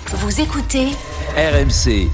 Vous écoutez RMC.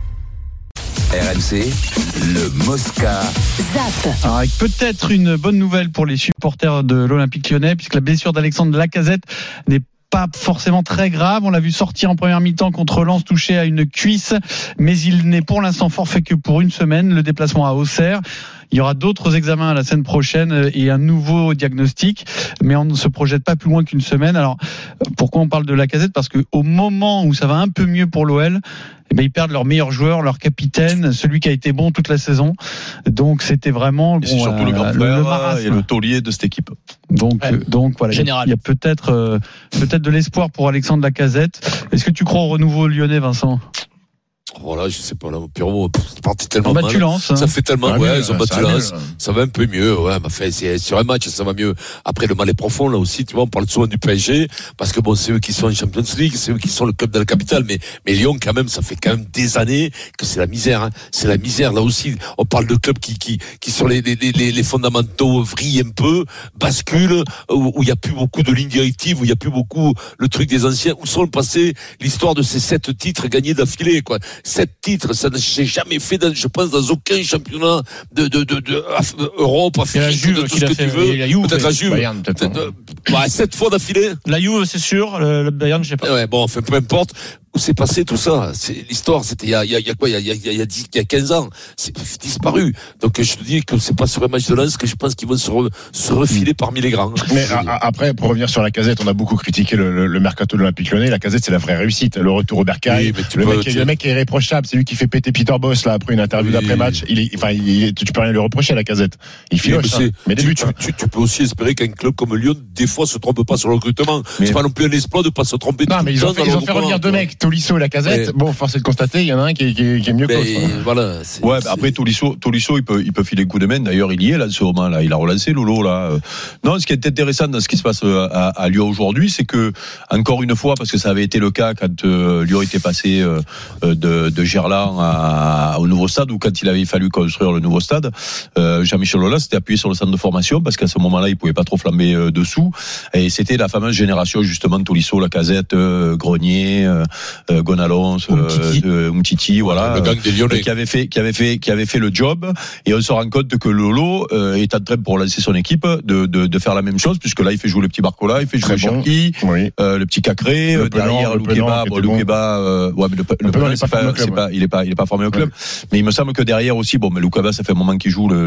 RMC, le Mosca. Zap. Alors avec peut-être une bonne nouvelle pour les supporters de l'Olympique Lyonnais, puisque la blessure d'Alexandre Lacazette n'est pas forcément très grave. On l'a vu sortir en première mi-temps contre Lens, touché à une cuisse, mais il n'est pour l'instant forfait que pour une semaine. Le déplacement à Auxerre. Il y aura d'autres examens la semaine prochaine et un nouveau diagnostic, mais on ne se projette pas plus loin qu'une semaine. Alors, pourquoi on parle de Lacazette ? Parce qu'au moment où ça va un peu mieux pour l'OL, ils perdent leur meilleur joueur, leur capitaine, celui qui a été bon toute la saison. Donc, c'était vraiment c'est surtout le grand frère le marasme et le taulier de cette équipe. Donc voilà, il y a peut-être de l'espoir pour Alexandre Lacazette. Est-ce que tu crois au renouveau lyonnais, Vincent ? Voilà, je sais pas, là, Pierrot, c'est parti tellement mal. Tu Lens, hein. Ça fait tellement, ils ont battu Lens. Ça va un peu mieux, mais fait, c'est, sur un match, ça va mieux. Après, le mal est profond, là aussi, tu vois, on parle souvent du PSG, parce que bon, c'est eux qui sont en Champions League, c'est eux qui sont le club de la capitale, mais Lyon, quand même, ça fait quand même des années que c'est la misère, hein. C'est la misère, là aussi. On parle de clubs qui sur les fondamentaux vrillent un peu, basculent, où il y a plus beaucoup de lignes directives, où il y a plus beaucoup le truc des anciens, où sont passés l'histoire de ces 7 titres gagnés d'affilée, quoi. 7 titres, ça ne s'est jamais fait, je pense, dans aucun championnat de Europe, Afrique, de tout ce que tu veux. Peut-être la Juve. Bayern, peut-être. 7 fois d'affilée. La Juve, c'est sûr. Le Bayern, je sais pas. Ouais, bon, enfin, peu importe. Où c'est passé tout ça? C'est l'histoire. C'était il y a 15 ans. C'est disparu. Donc je te dis que c'est pas sur un match de Lens que je pense qu'ils vont se refiler parmi les grands. Mais après, pour revenir sur Lacazette, on a beaucoup critiqué le mercato de l'Olympique Lyonnais. Lacazette, c'est la vraie réussite. Le retour au Bercail. Oui, le mec est irréprochable. C'est lui qui fait péter Peter Bosz là après une interview d'après-match. Tu peux rien lui reprocher à Lacazette. Il filoche. Mais tu peux aussi espérer qu'un club comme Lyon des fois se trompe pas sur le recrutement. C'est pas non plus un exploit de pas se tromper. Non, mais ils ont fait revenir 2 mecs. Tolisso et Lacazette. Bon, force est de constater, il y en a un qui est mieux que l'autre. Voilà. Après Tolisso, il peut filer coup de main. D'ailleurs, il y est là, ce moment là. Il a relancé Lolo là. Non, ce qui est intéressant dans ce qui se passe à Lyon aujourd'hui, c'est que encore une fois, parce que ça avait été le cas quand Lyon était passé de Gerland au nouveau stade, ou quand il avait fallu construire le nouveau stade, Jean-Michel Aulas s'était appuyé sur le centre de formation parce qu'à ce moment-là, il pouvait pas trop flamber dessous. Et c'était la fameuse génération justement de Tolisso, Lacazette, Grenier. Gonalons, Umtiti, voilà, le gang des Lyonnais, qui avait fait le job. Et on se rend compte que Lolo est en train, pour lancer son équipe, de faire la même chose, puisque là il fait jouer le petit Barcola, il fait jouer Cherki, le petit Cacré, derrière Loukeba, mais il est pas formé au club. Mais il me semble que derrière aussi, mais Loukeba, ça fait un moment qu'il joue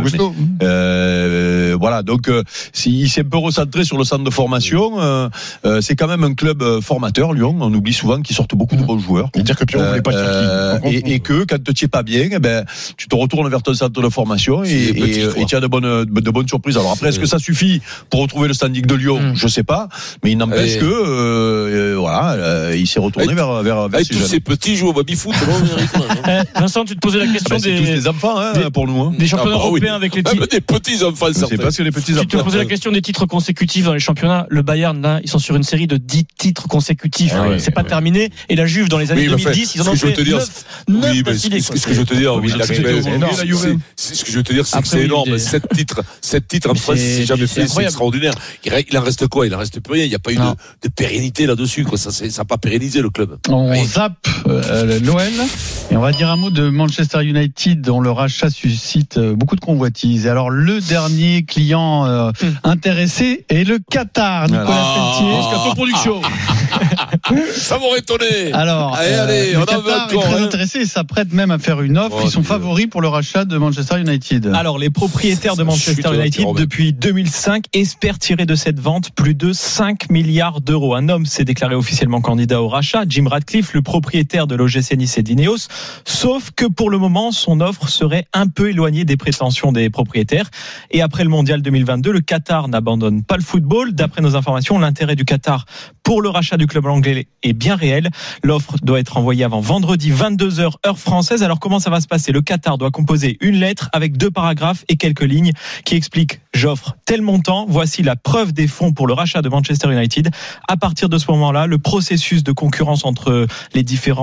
voilà, donc il s'est un peu recentré sur le centre de formation. C'est quand même un club formateur, Lyon. On oublie souvent qu'ils sortent beaucoup de bons joueurs. Et dire que Pierrot voulait pas Cherki. Et que quand tu es pas bien, tu te retournes vers ton centre de formation et tu as de bonnes surprises. Alors après, est-ce que ça suffit pour retrouver le standing de Lyon ? Je sais pas, mais il n'empêche que il s'est retourné vers tous ces petits jouent au baby-foot. Vincent, tu te posais la question c'est tous des enfants pour nous. Des championnats européens avec les titres. Des petits enfants, je sais pas si les petits enfants. Tu te posais la question des titres consécutifs dans les championnats. Le Bayern, là, ils sont sur une série de 10 titres consécutifs. C'est pas terminé. Et la Juve, dans les années 2010, ils en ont fait 9 d'affilée. Ce que je veux te dire, ce que je veux te dire, c'est que c'est énorme. 7 titres en France, c'est jamais fait, c'est extraordinaire. Il en reste quoi ? Il en reste plus rien. Il n'y a pas eu de pérennité là-dessus, quoi. Ça n'a pas pérennisé le club. On zappe l'OL et on va dire un mot de Manchester United, dont le rachat suscite beaucoup de convoitises. Et alors, le dernier client intéressé est le Qatar. Nicolas Pelletier, Moscato Production. Ça m'aurait étonné. Alors, allez, le Qatar est très intéressé et s'apprête même à faire une offre. Ils sont favoris pour le rachat de Manchester United. Alors, les propriétaires de Manchester United, depuis 2005, espèrent tirer de cette vente plus de 5 milliards d'euros. Un homme s'est déclaré officiellement candidat au rachat, Jim Ratcliffe, le propriétaire de l'OGC Nice et d'Ineos. Sauf que pour le moment, son offre serait un peu éloignée des prétentions des propriétaires. Et après le mondial 2022, le Qatar n'abandonne pas le football. D'après nos informations, l'intérêt du Qatar pour le rachat du club anglais est bien réel. L'offre doit être envoyée avant vendredi 22h heure française. Alors comment ça va se passer ? Le Qatar doit composer une lettre avec 2 paragraphes et quelques lignes qui expliquent: j'offre tel montant, voici la preuve des fonds pour le rachat de Manchester United. À partir de ce moment-là, le processus de concurrence entre les différents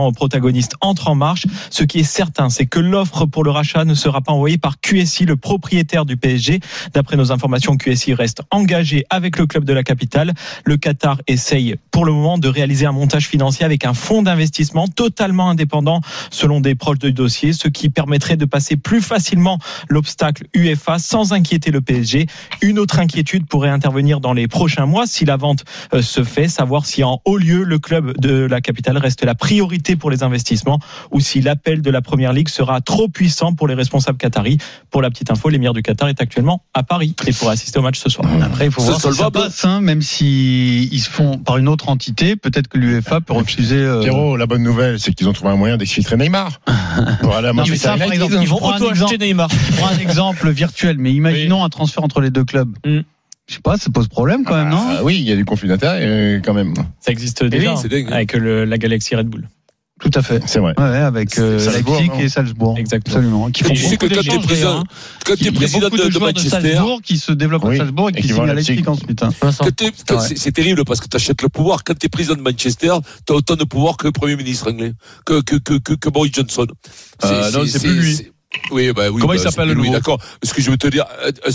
différents protagonistes entrent en marche. Ce qui est certain, c'est que l'offre pour le rachat ne sera pas envoyée par QSI, le propriétaire du PSG. D'après nos informations, QSI reste engagé avec le club de la capitale. Le Qatar essaye pour le moment de réaliser un montage financier avec un fonds d'investissement totalement indépendant selon des proches du dossier, ce qui permettrait de passer plus facilement l'obstacle UEFA sans inquiéter le PSG. Une autre inquiétude pourrait intervenir dans les prochains mois si la vente se fait, savoir si en haut lieu le club de la capitale reste la priorité pour les investissements ou si l'appel de la Première Ligue sera trop puissant pour les responsables qataris. Pour la petite info, l'émir du Qatar est actuellement à Paris et pourrait assister au match ce soir. Après, il faut voir si ça passe, même si ils se font par une autre entité, peut-être que l'UEFA peut refuser. Pierrot, la bonne nouvelle, c'est qu'ils ont trouvé un moyen d'exfiltrer Neymar. Pour aller à Manchester United. Par exemple, ils vont auto-acheter Neymar. Je prends un exemple virtuel, mais imaginons un transfert entre les deux clubs. Je sais pas, ça pose problème quand même, non? Oui, il y a du conflit d'intérêts quand même. Ça existe déjà avec la Galaxy Red Bull. Tout à fait. C'est vrai. Ouais, avec Leipzig et Salzbourg. Exactement. Absolument. Qui font tu sais que quand tu es président de Manchester, Salzbourg qui se développe à Salzbourg et qui signe à Leipzig ensuite. C'est terrible parce que tu achètes le pouvoir. Quand tu es président de Manchester, tu as autant de pouvoir que le Premier ministre anglais, que Boris Johnson. Non, c'est plus lui. Oui, bah oui. Comment il s'appelle le nouveau? D'accord. Ce que je veux te dire,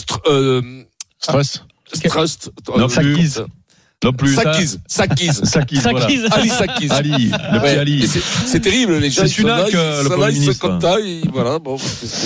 Trust. Non, Sakis. Non plus. Sakis. Voilà. Ali Sakis. Ali, le petit Ali. C'est terrible, les gens. C'est Sunak, le Premier ministre. Voilà, bon.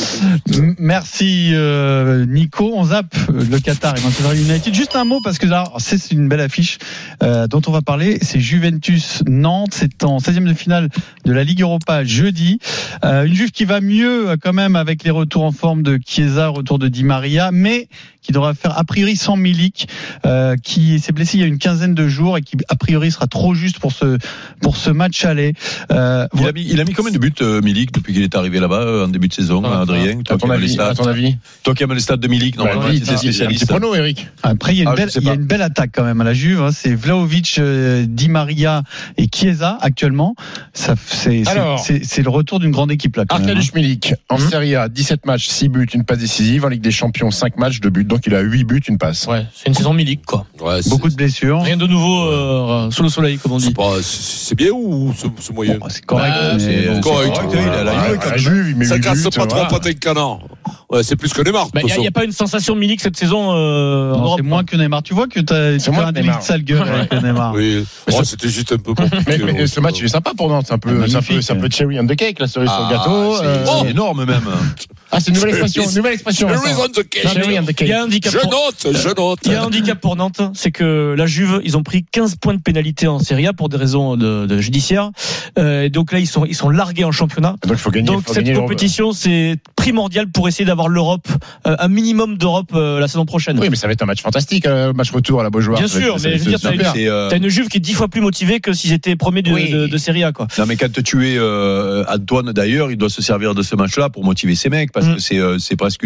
Merci, Nico. On zappe le Qatar et Manchester United. Juste un mot, parce que là, c'est une belle affiche, dont on va parler. C'est Juventus-Nantes. C'est en 16e de finale de la Ligue Europa jeudi. Une Juve qui va mieux, quand même, avec les retours en forme de Chiesa, retour de Di Maria, mais qui devra faire a priori sans Milik, qui s'est blessé il y a une quinzaine de jours et qui a priori sera trop juste pour ce match aller. Il a mis combien de buts Milik depuis qu'il est arrivé là-bas en début de saison, Adrien? À ton avis? Toi qui aimes les stats de Milik, normalement, tu es spécialiste. C'est prono, Eric. Après, il y a une belle attaque quand même à la Juve. C'est Vlahovic, Di Maria et Chiesa actuellement. C'est le retour d'une grande équipe là. Arkadiusz Milik en Serie A, 17 matchs, 6 buts, une passe décisive. En Ligue des Champions, 5 matchs, 2 buts. Donc il a 8 buts, une passe. Ouais, c'est une saison Milik quoi. Ouais, beaucoup de blessures. Rien de nouveau sous le soleil comme on dit. C'est bien ou c'est moyen? C'est correct. C'est correct. La Juve, il met 8 buts. Ça casse pas trop patin de canard. Ouais, c'est plus que Neymar. Il n'y a pas une sensation Milik cette saison. Non, c'est moins que Neymar. Tu vois que tu fais un délit de sale gueule avec Neymar. Oui. C'était juste un peu. Mais ce match il est sympa pour Nantes. C'est un peu cherry on the cake, la cerise sur le gâteau. C'est énorme même. C'est une nouvelle expression. Cherry on the cake. Il y a un handicap. Je note. Il y a un handicap pour Nantes, c'est que la Juve, ils ont pris 15 points de pénalité en Serie A pour des raisons de judiciaires. Donc là, ils sont largués en championnat. Donc il faut gagner. Donc cette compétition, c'est primordial pour essayer d'avoir l'Europe, un minimum d'Europe la saison prochaine. Oui, mais ça va être un match fantastique, match retour à la Beaujoire. Bien sûr, mais je veux dire, t'as une Juve qui est 10 fois plus motivée que s'ils étaient premiers de Serie A, quoi. Non, mais quand tu es Antoine, d'ailleurs, il doit se servir de ce match-là pour motiver ses mecs, parce que c'est presque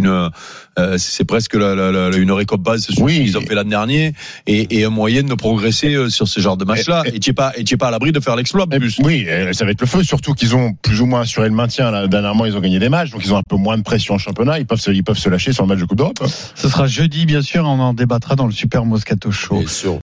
une récompense sur ce qu'ils ont fait l'an dernier et un moyen de progresser sur ce genre de match-là. Et tu es pas à l'abri de faire l'exploit. Oui, ça va être le feu, surtout qu'ils ont plus ou moins assuré le maintien. Là, dernièrement, ils ont gagné des matchs, donc ils ont un peu moins de pression en championnat. Ils peuvent se lâcher sur le match de Coupe d'Europe. Ce sera jeudi, bien sûr. On en débattra dans le Super Moscato Show.